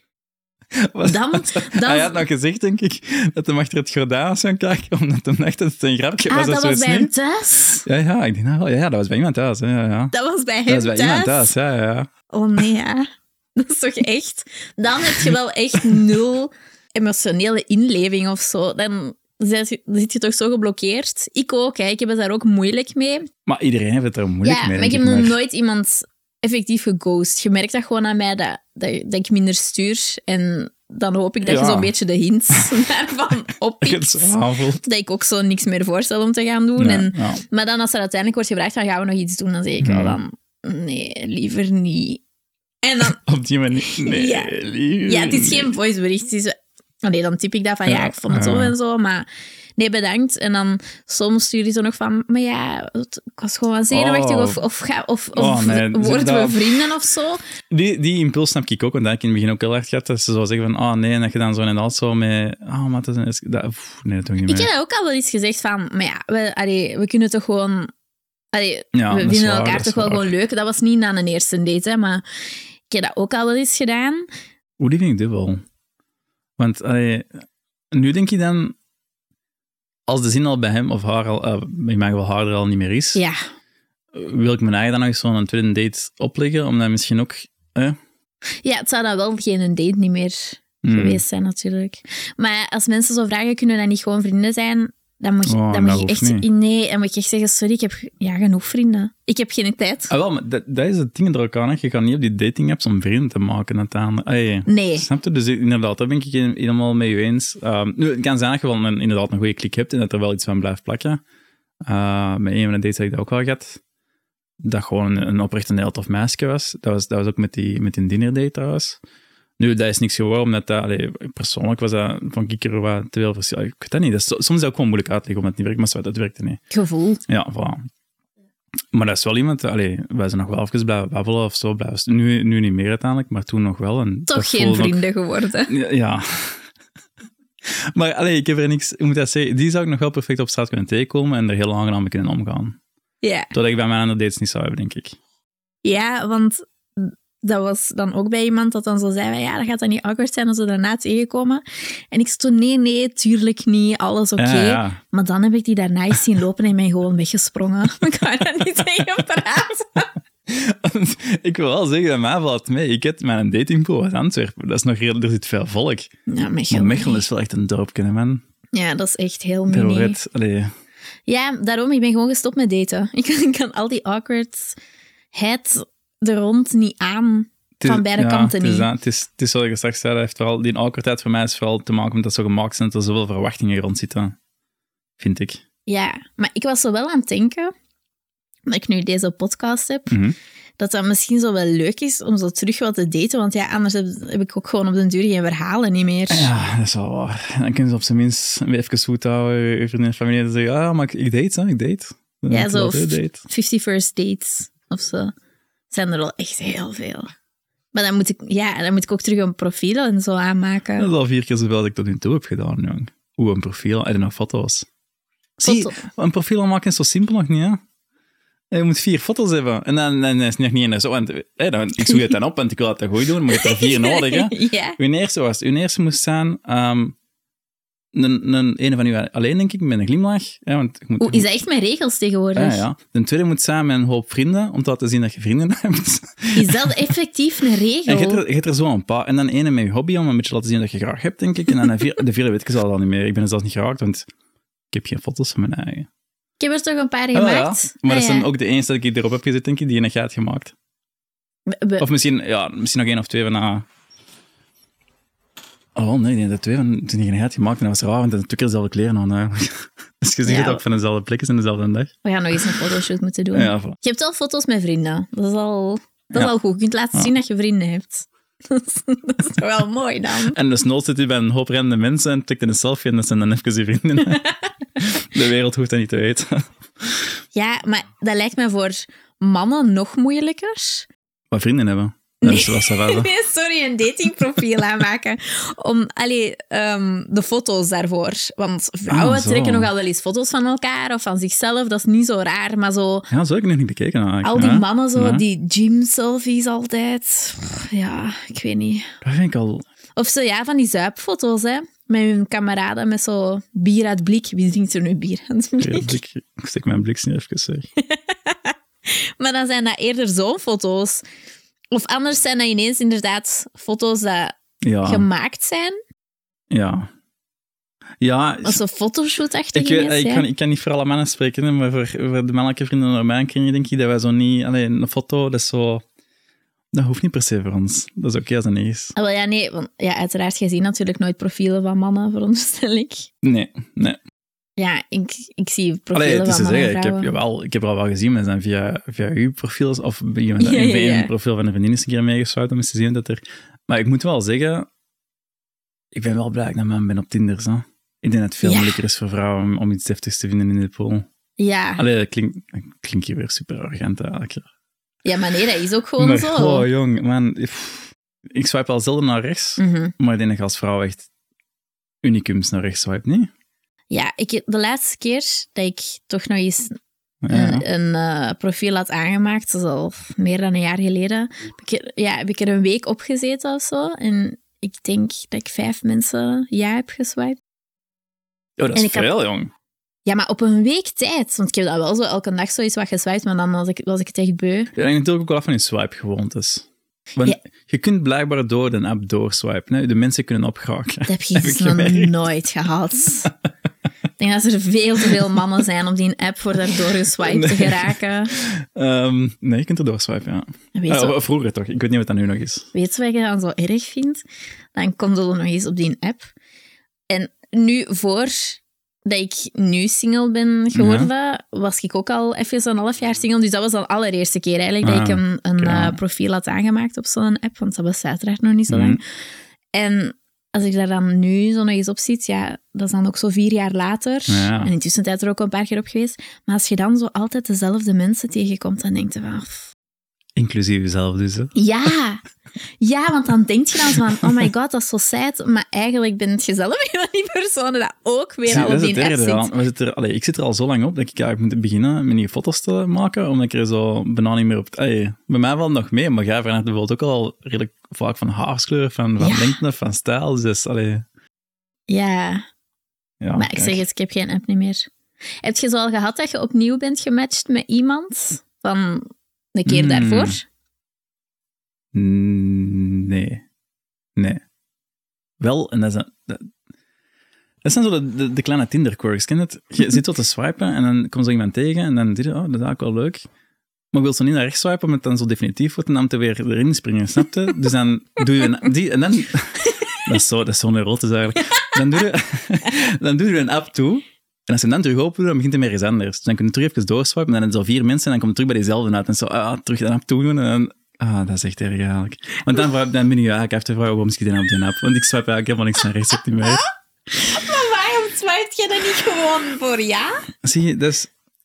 Hij had nog gezegd, denk ik, dat hij achter het gordijn was gaan kijken, omdat hij dacht dat het een grapje was. Dat was bij hem thuis? Ja, ik denk dat wel. Ja, dat was bij iemand thuis. Ja. Dat was bij hem thuis? Dat was bij iemand thuis, ja. Oh nee, ja. Dat is toch echt... Dan heb je wel echt 0 emotionele inleving of zo. Dan zit je toch zo geblokkeerd. Ik ook, hè. Ik heb het daar ook moeilijk mee. Maar iedereen heeft het er moeilijk mee. Ja, maar ik heb nog nooit iemand effectief geghost. Je merkt dat gewoon aan mij, dat ik minder stuur. En dan hoop ik dat je zo'n beetje de hints daarvan oppikt. Dat ik ook zo niks meer voorstel om te gaan doen. Maar dan als er uiteindelijk wordt gevraagd, dan gaan we nog iets doen, dan zeg ik wel dan, nee, liever niet. En dan... Op die manier, nee, liever ja, het is geen voicebericht. Dan typ ik dat van, ik vond het zo en zo, maar... Nee, bedankt. En dan soms stuur je zo nog van, maar ja, ik was gewoon zenuwachtig of worden we vrienden of zo. Die impuls snap ik ook, want dat heb ik in het begin ook heel erg gehad, dat ze zo zeggen van, nee, en dat je dan zo inderdaad zo met, maar dat is... nee, dat doe ik niet meer. Ik heb ook al wel eens gezegd van, maar ja, we kunnen toch gewoon... we vinden elkaar toch wel gewoon leuk. Dat was niet na een eerste date, hè, maar ik heb dat ook al wel eens gedaan. Die vind ik dubbel. Want nu denk je dan... Als de zin al bij hem of haar al, in mijn geval haar er al niet meer is, wil ik mijn eigen dan nog eens zo'n tweede date opleggen, omdat misschien ook... Ja, het zou dan wel geen date niet meer geweest zijn, natuurlijk. Maar als mensen zo vragen, kunnen dat niet gewoon vrienden zijn, dan moet je echt... Nee, dan moet je echt zeggen, sorry, ik heb genoeg vrienden. Ik heb geen tijd. Wel, maar dat is het ding er ook aan. Je gaat niet op die dating apps om vrienden te maken uiteindelijk. Nee. Snap je? Dus inderdaad, dat ben ik helemaal mee eens. Nu, het kan zijn dat je wel inderdaad een goede klik hebt en dat er wel iets van blijft plakken. Met een van de dates heb ik dat ook wel gehad. Dat gewoon een oprecht een heel tof meisje was. Dat was ook met die dinerdate trouwens. Nu, dat is niks geworden, omdat dat... persoonlijk was dat, vond ik er wat te veel verschil. Ik weet dat niet. Soms is dat ook gewoon moeilijk uitleggen, omdat het niet werkt, maar dat werkte niet. Gevoel. Ja, voilà. Maar dat is wel iemand... wij zijn nog wel even blijven babbelen of zo. Nu niet meer uiteindelijk, maar toen nog wel. En toch geen vrienden geworden. Ja. Maar ik heb er niks... Ik moet dat zeggen, die zou ik nog wel perfect op straat kunnen tegenkomen en er heel aangenaam mee kunnen omgaan. Ja. Dat ik bij mijn andere dates niet zou hebben, denk ik. Ja, want dat was dan ook bij iemand dat dan zo zei, ja, dat gaat dan niet awkward zijn als we daarna tegenkomen. En ik stond, nee, tuurlijk niet, alles oké. Ja. Maar dan heb ik die daarna eens zien lopen en ben gewoon weggesprongen. Ik kan daar niet tegen praten. Ik wil wel zeggen, dat mij valt mee. Ik heb mijn datingpool uit Antwerpen. Dat is nog heel... Er zit veel volk. Ja, Maar Mechelen is wel echt een dorpje, hè, man. Ja, dat is echt heel mini. Ja, daarom, ik ben gewoon gestopt met daten. Ik kan al die awkwardheid er rond niet aan. Van beide kanten niet. Het is zoals ik straks zei, heeft vooral, die awkwardheid voor mij is vooral te maken met dat zo gemaakt zijn dat er zoveel verwachtingen rond zitten. Vind ik. Ja, maar ik was zo wel aan het denken, dat ik nu deze podcast heb, dat misschien zo wel leuk is om zo terug wat te daten, want ja, anders heb ik ook gewoon op den duur geen verhalen niet meer. Ja, dat is wel waar. Dan kunnen ze op zijn minst even goed houden, je vrienden en familie, en zeggen, ja, maar ik date, hè, ik date. Dan ja, zo date. 50 first dates of zo. Zijn er wel echt heel veel. Maar dan moet ik ook terug een profiel en zo aanmaken. Dat is al 4 keer zoveel dat ik tot nu toe heb gedaan, jong. Een profiel en nog foto's. Zie, een profiel aanmaken is zo simpel nog niet, hè? Je moet 4 foto's hebben. En dan is het nog niet in zo. Ik zoek het dan op, want ik wil het dan goed doen, maar je hebt er 4 nodig, hè? Ja. Uw eerste moest zijn... een van u alleen, denk ik, met een glimlach. Ja, want is dat echt mijn regels tegenwoordig? Ja. De tweede moet zijn met een hoop vrienden, om te laten zien dat je vrienden hebt. Is dat effectief een regel? Je hebt er zo een paar. En dan ene met je hobby, om een beetje te laten zien dat je graag hebt, denk ik. En dan de vierde weet ik al niet meer. Ik ben er zelfs niet geraakt, want ik heb geen foto's van mijn eigen. Ik heb er toch een paar gemaakt. Ja. Maar dat zijn ook de enige dat ik erop heb gezet, denk ik, die je hebt gemaakt. Of misschien nog 1 of 2 van... Oh nee, de 2 van toen je hebt gemaakt en dat was raar, want dat 2 keer dezelfde kleren aan. Dus je ziet het ook van dezelfde plekjes en dezelfde dag. We gaan nog eens een fotoshoot moeten doen. Ja, je hebt wel foto's met vrienden. Dat is al goed. Je kunt laten zien dat je vrienden hebt. Dat is toch wel mooi dan. En dus nooit zit je bij een hoop rende mensen en trekt een selfie en dat zijn dan even je vrienden. De wereld hoeft dat niet te weten. Ja, maar dat lijkt me voor mannen nog moeilijker. Wat vrienden hebben. Nee, sorry, een datingprofiel aanmaken. De foto's daarvoor. Want vrouwen trekken nogal wel eens foto's van elkaar of van zichzelf. Dat is niet zo raar, maar zo... Ja, zo heb ik nog niet bekeken eigenlijk. Al die mannen, zo, die gym-selfies altijd. Ja, ik weet niet. Dat vind ik al... Of zo, van die zuipfoto's, hè. Met hun kameraden, met zo bier uit blik. Wie drinkt er nu bier uit blik? Ik steek mijn blik niet even, zeg. Maar dan zijn dat eerder zo'n foto's. Of anders zijn dat ineens inderdaad foto's die gemaakt zijn. Ja. Ja. Als een fotoshoot-achtig ik kan niet voor alle mannen spreken, maar voor de mannelijke vrienden naar mijn kringen denk ik dat wij zo niet... een foto, dat is zo... Dat hoeft niet per se voor ons. Dat is oké als dat niet is. Want uiteraard, jij ziet natuurlijk nooit profielen van mannen, veronderstel ik. Nee. Ja, ik zie profielen van mannen en vrouwen. Ik heb er al wel gezien, maar zijn via uw profiel of via een profiel van een vriendin is een keer meegesluit om eens te zien dat er... Maar ik moet wel zeggen, ik ben wel blij dat ik naar man ben op Tinder. Zo. Ik denk dat het veel moeilijker is voor vrouwen om iets deftigs te vinden in de pool. Ja. Dat klinkt hier weer super arrogant eigenlijk. Ja, maar nee, dat is ook gewoon zo. Oh, jong, man. Ik swipe al zelden naar rechts, maar ik denk dat je als vrouw echt unicums naar rechts swipe, niet? Ja, de laatste keer dat ik toch nog eens een profiel had aangemaakt, dat is al meer dan een jaar geleden, heb ik er een week op gezeten of zo. En ik denk dat ik 5 mensen heb geswiped. Oh, dat is veel, jong. Ja, maar op een week tijd. Want ik heb dat wel zo elke dag zoiets wat geswiped, maar dan was ik het echt beu. Ja, ik denk natuurlijk ook wel af van je swipe-gewoontes. Want je kunt blijkbaar door de app doorswipen. Hè? De mensen kunnen opgeraken. Dat heb je nog nooit gehad. Ik denk dat er veel te veel mannen zijn om die app voor daardoor geswiped te geraken. Nee, je kunt er doorswipen, ja. Vroeger toch. Ik weet niet wat dat nu nog is. Weet je wat je dan zo erg vindt? Dan komt er nog eens op die app. En nu, voordat ik nu single ben geworden, was ik ook al even een half jaar single. Dus dat was al de allereerste keer eigenlijk dat ik een profiel had aangemaakt op zo'n app. Want dat was uiteraard nog niet zo lang. En als ik daar dan nu zo nog eens op zit, ja, dat is dan ook zo 4 jaar later. Ja. En intussen tijd er ook een paar keer op geweest. Maar als je dan zo altijd dezelfde mensen tegenkomt, dan denk je van... Inclusief jezelf dus, hè? Ja, want dan denk je dan zo van, oh my god, dat is zo sad. Maar eigenlijk ben je zelf een van die personen dat ook weer al op die app zit. Ik zit er al zo lang op dat ik moet beginnen met die foto's te maken, omdat ik er zo bijna niet meer op... bij mij valt het nog mee, maar jij vraagt bijvoorbeeld ook al redelijk vaak van haarskleur, van lengte, van stijl. Dus, Ja, maar ik zeg het, ik heb geen app niet meer. Heb je zo al gehad dat je opnieuw bent gematcht met iemand van de keer daarvoor? Nee. Wel, en dat zijn zo de kleine Tinder-quirks. Ken je het? Je zit wat te swipen en dan komt zo iemand tegen en dan denk je, dat is eigenlijk wel leuk. Maar ik wil zo niet naar rechts swipen, omdat het dan zo definitief wordt en dan te weer erin springen, snap je? Dus dan doe je en dan... dat is zo neurotisch eigenlijk. Dan doe je een app toe. En als je hem dan terug open doet, dan begint hij weer eens anders. Dus dan kun je terug even doorswipen en dan zijn er zo 4 mensen en dan kom je terug bij diezelfde uit. En zo, terug de app toe doen en dan... dat is echt erg eigenlijk. Want dan ben je eigenlijk even te vragen, waarom schiet je dan op die app? Want ik swipe eigenlijk helemaal niks naar rechts op die meer. Maar waarom swipe je dan niet gewoon voor ja? Zie je, dus...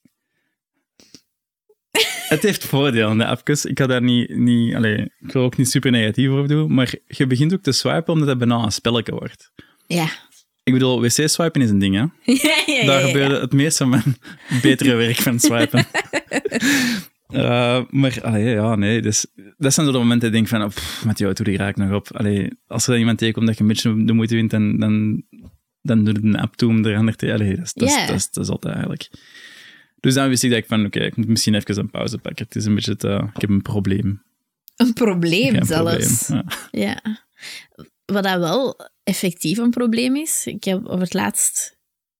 Het heeft voordelen, de appjes. Ik ga daar niet ik wil ook niet super negatief over doen, maar je begint ook te swipen omdat het bijna een spelletje wordt. Ja. Ik bedoel, wc-swipen is een ding, hè? Ja. Daar gebeurde het meest van mijn betere werk van swipen. Dus dat zijn zo de momenten dat ik denk van, met jou, hoe raak ik nog op? Als er dan iemand tegenkomt dat je een beetje de moeite wint, dan doe je een app toe om er ander te... Dat is altijd eigenlijk... Dus dan wist ik dat ik moet misschien even een pauze pakken. Het is een beetje ik heb een probleem. Een probleem zelfs. Probleem, ja. Wat dat wel effectief een probleem is, ik heb over het laatst,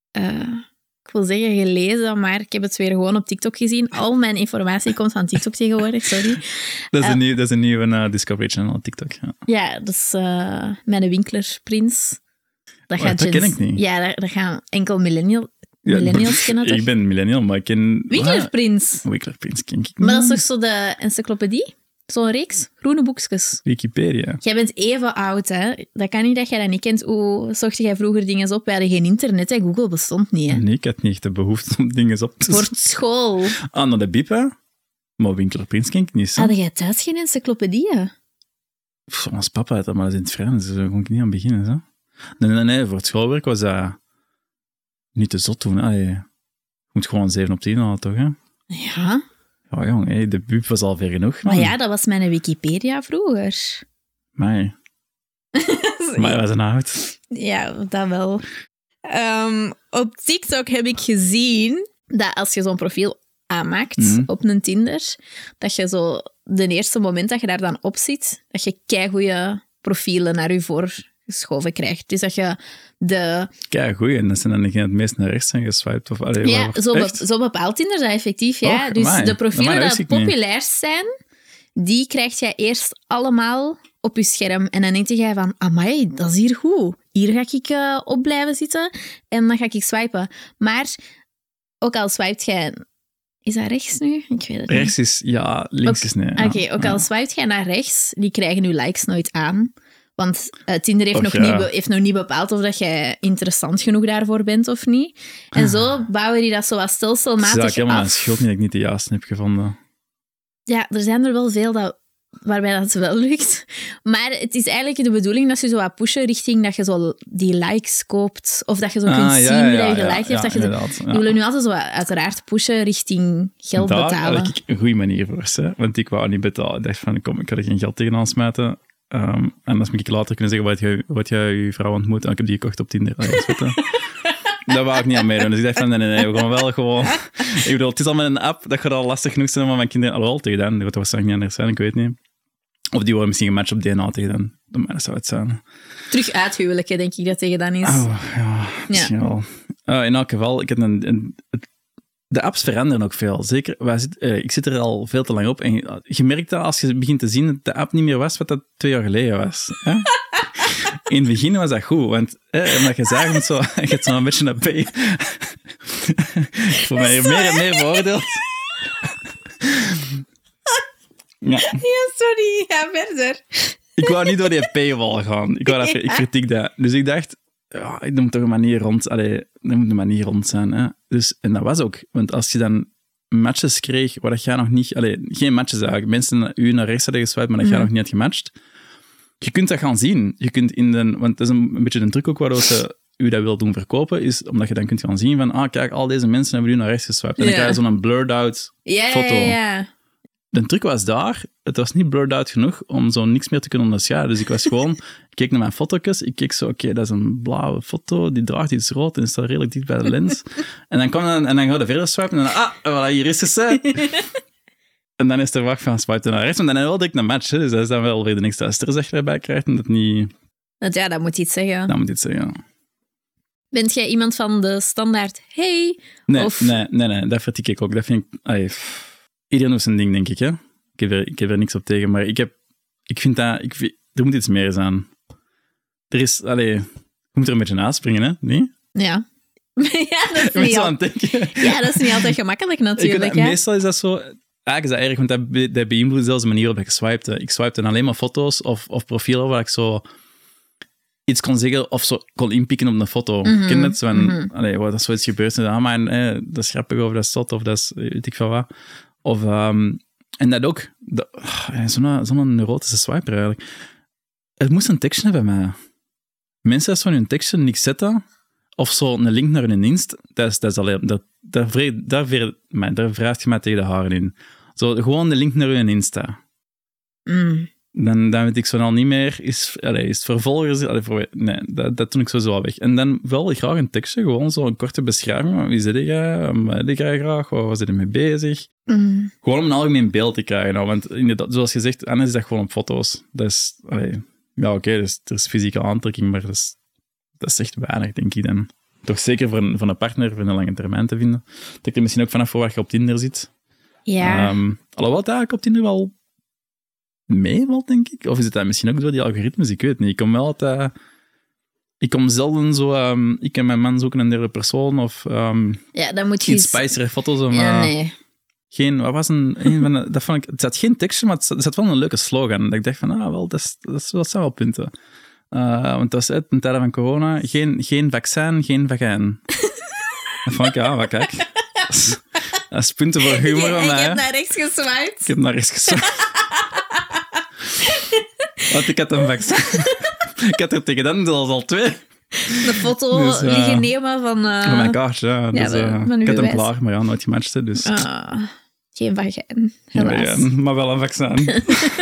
ik wil zeggen gelezen, maar ik heb het weer gewoon op TikTok gezien. Al mijn informatie komt van TikTok tegenwoordig, sorry. Dat is een nieuwe Discovery Channel, TikTok. Ja, dat is mijn Winkler-prins. Dat ken ik niet. Ja, dat gaan enkel millennials kennen toch? Ik ben millennial, maar ik ken... Winkler-prins. Winkler-prins ken ik niet. Maar dat is toch zo de encyclopedie? Zo'n reeks? Groene boekjes. Wikipedia. Jij bent even oud, hè? Dat kan niet dat jij dat niet kent. Hoe zocht jij vroeger dingen op? Wij hadden geen internet, hè? Google bestond niet, hè? Nee, ik had niet echt de behoefte om dingen op te zoeken. Voor school. Naar de biep, hè? Maar Winkler-prins ken ik niet zo. Hadden jij thuis geen encyclopedieën? Ons papa had dat, maar dat is in het Frans, dus daar kon ik niet aan beginnen, zo. Nee, voor het schoolwerk was dat niet te zot doen. Je moet gewoon 7 op 10 halen, toch, hè? Ja. Ja, jong, de buub was al ver genoeg. Man. Maar ja, dat was mijn Wikipedia vroeger. Maar hij was een oud. Ja, dat wel. Op TikTok heb ik gezien dat als je zo'n profiel aanmaakt op een Tinder, dat je zo de eerste moment dat je daar dan op zit, dat je keigoeie profielen naar je voorgeschoven krijgt. Dus dat je de... Keigoeie, en dat zijn dan degenen het meest naar rechts zijn geswiped? Of, ja, zo bepaalt Tinder dat effectief. Ja. Dus de profielen die het populairst zijn, die krijg jij eerst allemaal op je scherm. En dan denk jij van, amai, dat is hier goed. Hier ga ik op blijven zitten en dan ga ik swipen. Maar ook al swipet jij... Is dat rechts nu? Ik weet het niet. Rechts is ja, links is nee. Oké, ook al swipet jij naar rechts, die krijgen je likes nooit aan. Want Tinder heeft nog niet bepaald of dat jij interessant genoeg daarvoor bent of niet. En zo bouwen die dat zo wat stelselmatig af. Het is helemaal mijn schuld niet dat ik niet de juiste heb gevonden. Ja, er zijn er wel veel waarbij dat wel lukt. Maar het is eigenlijk de bedoeling dat je zo wat pushen richting dat je zo die likes koopt. Of dat je zo kunt zien wie dat je geliked heeft. Die willen nu altijd zo uiteraard pushen richting geld betalen. Daar had ik een goede manier voor. Hè? Want ik wou niet betalen. Ik dacht van, kom, ik ga er geen geld tegenaan smijten. En dan moet ik later kunnen zeggen wat jij je vrouw ontmoet. En ik heb die gekocht op Tinder. Daar wou ik niet aan meedoen. Dus ik dacht van, nee, we gaan wel gewoon... Ik bedoel, het is al met een app, dat gaat al lastig genoeg zijn om mijn kinderen... Alhoewel, tegen dan, dat gaat waarschijnlijk niet anders zijn, ik weet niet. Of die worden misschien gematcht op DNA tegen dan. Dat zou het zijn. Terug uithuwelijken, denk ik dat tegen dan is. Oh, ja, misschien wel. In elk geval, ik heb de apps veranderen ook veel. Zeker, ik zit er al veel te lang op. En je merkt dat als je begint te zien dat de app niet meer was wat dat 2 jaar geleden was. Hè? In het begin was dat goed, want omdat je zag, je hebt zo'n beetje een P. Voor mij meer veroordeeld. Ja, sorry. Ga verder. Ik wou niet door die paywall gaan. Ik vertik dat. Dus ik dacht, ja, er moet toch een manier rond... Allee, er moet een manier rond zijn. Hè. Dus, en dat was ook. Want als je dan matches kreeg waar dat jij nog niet... Allee, geen matches eigenlijk. Mensen u naar rechts hadden geswiped, maar dat jij nog niet had gematcht. Je kunt dat gaan zien. Je kunt want dat is een beetje een truc ook waardoor ze u dat wil doen verkopen, is omdat je dan kunt gaan zien van, kijk, al deze mensen hebben u naar rechts geswiped. En dan krijg je zo'n blurred out foto. Ja. De truc was daar, het was niet blurred out genoeg om zo niks meer te kunnen onderscheiden. Dus ik was gewoon, ik keek naar mijn foto's, ik keek zo, oké, dat is een blauwe foto, die draagt iets rood en is staat redelijk dicht bij de lens. En dan ga je verder swipen en dan, voilà, hier is ze. En dan is er wacht van swipen naar rechts, en dan wel direct een match. Hè. Dus dat is dan wel weer de extra stress erbij krijgt en dat niet... Ja, dat moet iets zeggen. Dat moet iets zeggen. Bent jij iemand van de standaard hey? Nee, dat vertik ik ook. Dat vind ik... Iedereen doet zijn ding, denk ik. Hè? Ik heb er niks op tegen, maar ik vind dat... er moet iets meer zijn. Er is... je moet er een beetje aanspringen, hè? Nee? Ja. Ja, dat is niet dat is niet altijd gemakkelijk, natuurlijk. Meestal is dat zo... Eigenlijk is dat erg, want dat beïnvloedt zelfs de manier waarop ik swipte. Ik swipte alleen maar foto's of profielen waar ik zo iets kon zeggen of zo kon inpikken op een foto. Mm-hmm. Ken het? Wat er zoiets gebeurt, dat is grappig of dat is zot of dat is weet ik veel wat. Of, en dat ook. Zo'n neurotische swiper eigenlijk. Het moest een tekstje hebben bij mij. Mensen als zo'n hun tekstje niks zetten of zo een link naar hun Inst, dat is alleen... Daar wrijft je mij tegen de haren in. Zo, gewoon de link naar hun Insta. Dan weet ik zo al niet meer. Is het vervolgers? Nee, dat doe ik sowieso al weg. En dan wel graag een tekstje, gewoon zo een korte beschrijving. Wie zit jij? Wat heb jij graag? Waar zit je mee bezig? Gewoon om een algemeen beeld te krijgen. Nou, want inderdaad, zoals je zegt, Anne is dat gewoon op foto's. Dat is... dus er is fysieke aantrekking, maar dat is echt weinig, denk ik dan. Toch zeker voor een partner, voor een lange termijn te vinden. Dat ik er misschien ook vanaf voor wat je op Tinder zit. Ja. Alhoewel het eigenlijk op Tinder wel meevalt, denk ik. Of is het dan misschien ook zo, die algoritmes? Ik weet niet. Ik kom zelden zo... ik en mijn man zoeken een derde persoon of dan moet je iets spicere foto's. Of, nee. Geen... Wat was een van de... Dat vond ik... Het zat geen tekstje, maar het zat wel een leuke slogan. Dat ik dacht van, dat zijn wel punten. Want dat was uit een tijd van corona. Geen vaccin, geen vagijn. Dat vond ik, wat kijk. Dat is punten voor humor van mij. Ik heb naar rechts geswiped. Ik heb naar rechts geswiped. Want ik had een vaccin. Ik had er tegen dan al 2. De foto dus, liggen nemen van mijn kaartje, ja. Dus, ik had hem klaar, maar nooit gematcht. Dus. Geen vagijn, helaas. Maar wel een vaccin.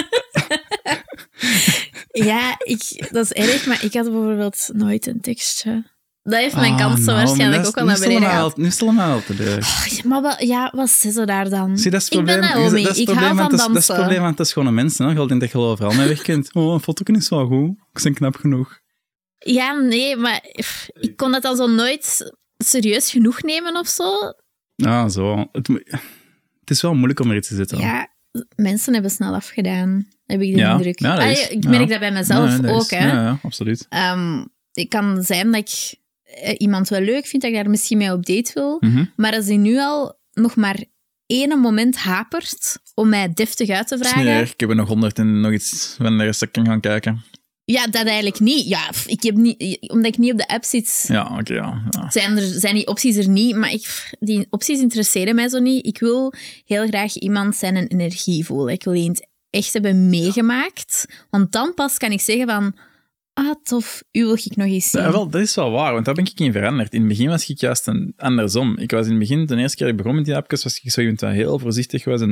Ja, dat is erg, maar ik had bijvoorbeeld nooit een tekstje. Dat heeft mijn kansen waarschijnlijk ook wel naar beneden gehaald. Nu stellen we al te leuk. Maar wat zitten ze daar dan? Zie, dat is het probleem. Ik ben Naomi, ik hou van dansen. Dat is het probleem, want het is gewoon een mens. Je denkt dat je overal mee weg kunt. Een foto is wel goed. Ik ben knap genoeg. Ja, nee, maar ik kon dat dan zo nooit serieus genoeg nemen of zo. Ja, zo. Het is wel moeilijk om er iets te zetten. Ja, mensen hebben snel afgedaan, heb ik de indruk. Ja, ik merk dat bij mezelf ook. Hè. Ja, absoluut. Het kan zijn dat ik iemand wel leuk vind, dat ik daar misschien mee op date wil. Mm-hmm. Maar als die nu al nog maar één moment hapert om mij deftig uit te vragen... Nee, ik heb er nog 100 en nog iets van de rest dat ik kan gaan kijken. Ja, dat eigenlijk niet. Ja, omdat ik niet op de app zit... Ja, oké, ja. Zijn die opties er niet, maar die opties interesseren mij zo niet. Ik wil heel graag iemand zijn energie voelen. Ik wil die het echt hebben meegemaakt. Want dan pas kan ik zeggen van... tof, u wil ik nog eens zien. Ja, wel, dat is wel waar, want daar ben ik in veranderd. In het begin was ik juist andersom. Ik was in het begin, de eerste keer dat ik begon met die appjes, was ik zo iemand dat heel voorzichtig was.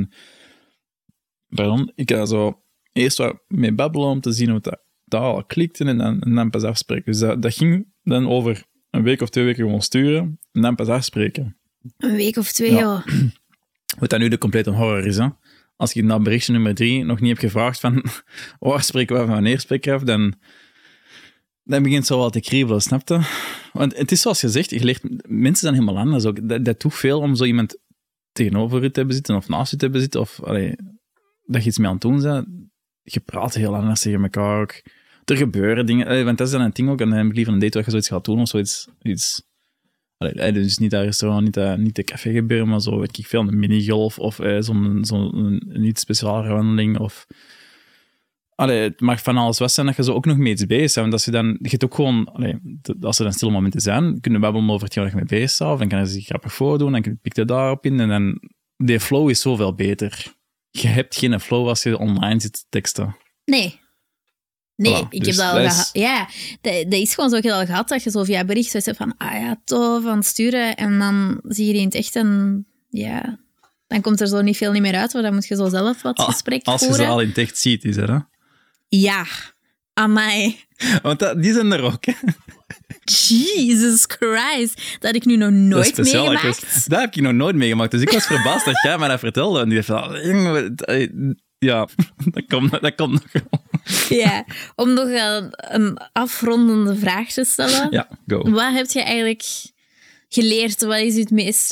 Ik had zo eerst wat mee babbelen om te zien hoe dat al klikte en dan pas afspreken. Dus dat ging dan over een week of 2 weken gewoon sturen en dan pas afspreken. Een week of 2, ja. Wat dat nu de complete horror is, hè. Als je na berichtje nummer 3 nog niet hebt gevraagd van waar spreken we af en wanneer spreken we af, dan begint zo wat te kriebelen, snap je? Want het is zoals je zegt, mensen zijn helemaal anders ook. Dat doet veel om zo iemand tegenover je te hebben zitten of naast je te hebben zitten of dat je iets mee aan het doen bent. Je praat heel anders tegen elkaar ook. Er gebeuren dingen, want dat is dan een ding ook, en dan heb ik liever een date waar je zoiets gaat doen of zoiets. Dus niet dat restaurant, niet de café gebeuren, maar zo, weet ik veel, een minigolf of zo'n niet speciale wandeling of... Het mag van alles wat zijn dat je zo ook nog mee iets bezig bent. Want als je dan... Je hebt ook gewoon... als er dan stille momenten zijn, kunnen we babbelen over hetgeen waar je mee bezig bent. Of dan kan je zich grappig voordoen, dan pik je daarop in. En dan... Die flow is zoveel beter. Je hebt geen flow als je online zit te teksten. Nee, Voilà, ik dus heb dat al dat gehad. Ja, dat is gewoon zo al gehad dat je zo via bericht zegt van, tof, aan het sturen. En dan zie je die in het echt en ja, dan komt er zo niet veel meer uit, maar dan moet je zo zelf wat gesprek Als voeren. je ze al in het echt ziet, is dat, hè? Ja, amai. Want die zijn er ook, hè? Jesus Christ, dat had ik nu nog nooit meegemaakt. Dat heb ik nog nooit meegemaakt. Dus ik was verbaasd dat jij mij dat vertelde. En die dacht van, ja, dat komt nog wel. Ja, om nog een afrondende vraag te stellen. Ja, go. Wat heb je eigenlijk geleerd? Wat is u het meest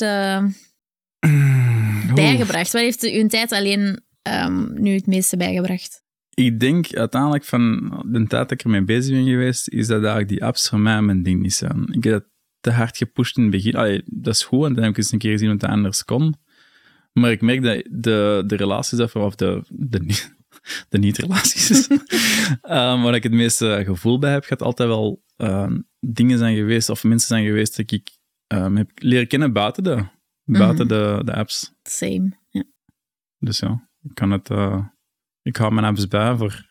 bijgebracht? Wat heeft u uw tijd alleen nu het meeste bijgebracht? Ik denk uiteindelijk van de tijd dat ik ermee bezig ben geweest, is dat eigenlijk die apps voor mij mijn ding niet zijn. Ik heb dat te hard gepusht in het begin. Dat is goed, en dan heb ik eens een keer gezien wat het anders kon. Maar ik merk dat de relaties, of de niet-relaties, waar ik het meeste gevoel bij heb, gaat altijd wel dingen zijn geweest, of mensen zijn geweest dat ik heb leren kennen buiten de apps. Same, ja. Dus ja, ik hou mijn apps bij voor...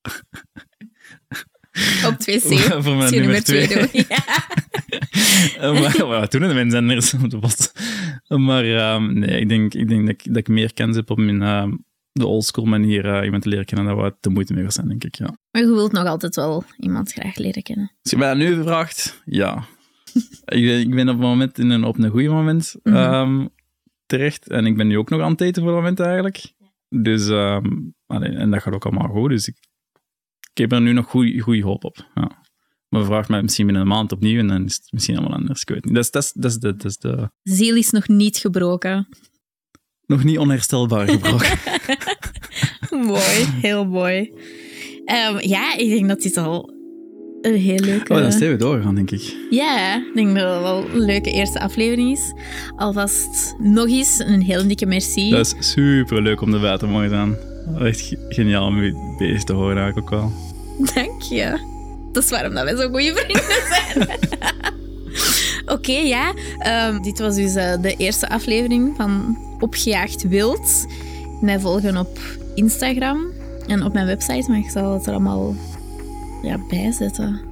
Op 2C. Voor mijn nummer 2. Doen. Ja. Maar toen de mensen anders op de bot. Maar nee, ik denk dat ik meer kans heb om in de oldschool manier iemand te leren kennen, dat wat de moeite mee was zijn, denk ik, ja. Maar je wilt nog altijd wel iemand graag leren kennen. Als je mij dat nu vraagt, ja. ik ben op het moment op een goede moment terecht. En ik ben nu ook nog aan het eten voor het moment eigenlijk. Dus, en dat gaat ook allemaal goed. Dus ik heb er nu nog goede hoop op. Ja. Maar vraagt mij misschien binnen een maand opnieuw en dan is het misschien allemaal anders. Ik weet niet. Dat is de... Ziel is nog niet gebroken. Nog niet onherstelbaar gebroken. Mooi, heel mooi. Ja, ik denk dat dit al een heel leuke... Dan zijn we doorgaan, denk ik. Ja, ik denk dat het wel een leuke eerste aflevering is. Alvast nog eens een heel dikke merci. Dat is super leuk om erbij te mogen zijn. Echt geniaal om je bezig te horen eigenlijk ook wel. Dank je. Dat is waarom dat wij zo goede vrienden zijn. Oké, ja. Dit was dus de eerste aflevering van Opgejaagd Wild. Mij volgen op Instagram en op mijn website, maar ik zal het er allemaal bijzetten.